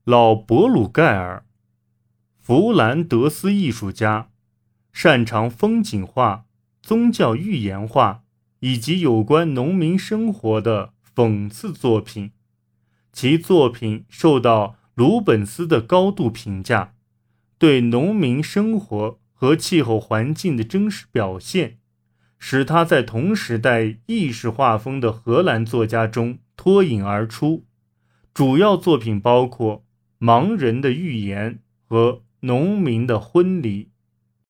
老伯鲁盖尔，弗兰德斯艺术家，擅长风景画、宗教寓言画以及有关农民生活的讽刺作品。其作品受到鲁本斯的高度评价，对农民生活和气候环境的真实表现，使他在同时代意识画风的荷兰作家中脱颖而出。主要作品包括《盲人的寓言》和《农民的婚礼》。